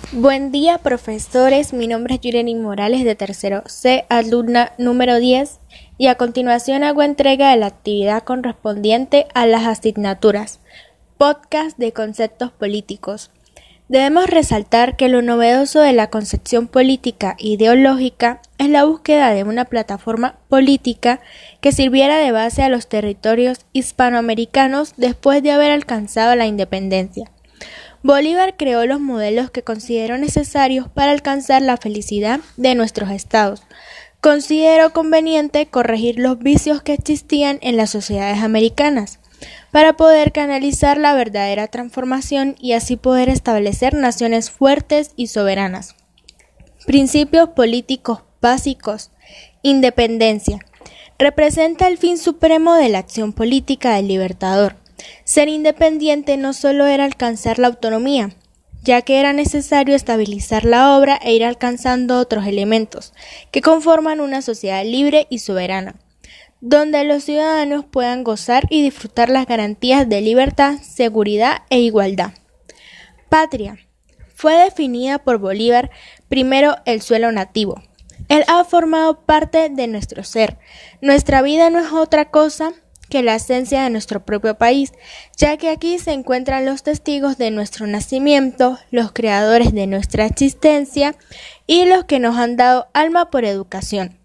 Buen día, profesores. Mi nombre es Yureni Morales de tercero C, alumna número 10, y a continuación hago entrega de la actividad correspondiente a las asignaturas Podcast de conceptos políticos. Debemos resaltar que lo novedoso de la concepción política e ideológica es la búsqueda de una plataforma política que sirviera de base a los territorios hispanoamericanos después de haber alcanzado la independencia. Bolívar creó los modelos que consideró necesarios para alcanzar la felicidad de nuestros estados. Consideró conveniente corregir los vicios que existían en las sociedades americanas, para poder canalizar la verdadera transformación y así poder establecer naciones fuertes y soberanas. Principios políticos básicos. Independencia. Representa el fin supremo de la acción política del libertador. Ser independiente no solo era alcanzar la autonomía, ya que era necesario estabilizar la obra e ir alcanzando otros elementos que conforman una sociedad libre y soberana, donde los ciudadanos puedan gozar y disfrutar las garantías de libertad, seguridad e igualdad. Patria. Fue definida por Bolívar primero el suelo nativo. Él ha formado parte de nuestro ser. Nuestra vida no es otra cosa que la esencia de nuestro propio país, ya que aquí se encuentran los testigos de nuestro nacimiento, los creadores de nuestra existencia y los que nos han dado alma por educación.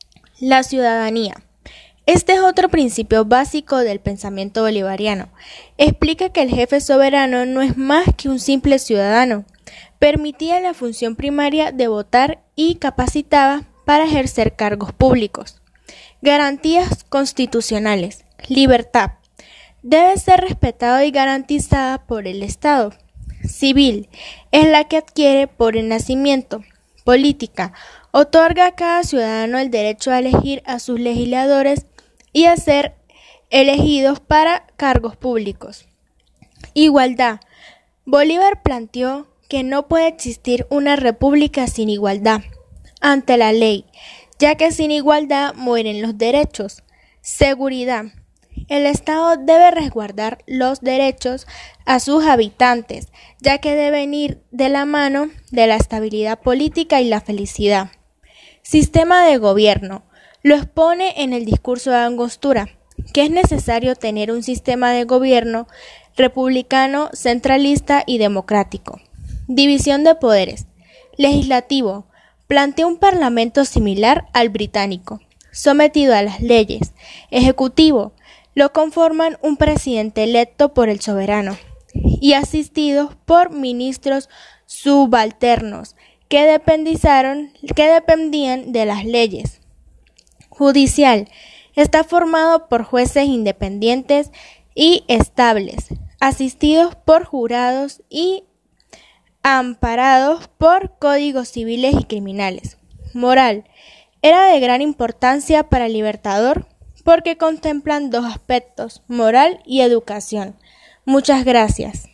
La ciudadanía. Este es otro principio básico del pensamiento bolivariano. Explica que el jefe soberano no es más que un simple ciudadano. Permitía la función primaria de votar y capacitaba para ejercer cargos públicos. Garantías constitucionales. Libertad. Debe ser respetada y garantizada por el Estado. Civil. Es la que adquiere por el nacimiento. Política. Otorga a cada ciudadano el derecho a elegir a sus legisladores y a ser elegidos para cargos públicos. Igualdad. Bolívar planteó que no puede existir una república sin igualdad ante la ley, ya que sin igualdad mueren los derechos. Seguridad. El Estado debe resguardar los derechos a sus habitantes, ya que deben ir de la mano de la estabilidad política y la felicidad. Sistema de gobierno. Lo expone en el discurso de Angostura, que es necesario tener un sistema de gobierno republicano, centralista y democrático. División de poderes. Legislativo. Plantea un parlamento similar al británico, sometido a las leyes. Ejecutivo. Lo conforman un presidente electo por el soberano y asistidos por ministros subalternos que dependían de las leyes. Judicial. Está formado por jueces independientes y estables, asistidos por jurados y amparados por códigos civiles y criminales. Moral. Era de gran importancia para el Libertador porque contemplan dos aspectos, moral y educación. Muchas gracias.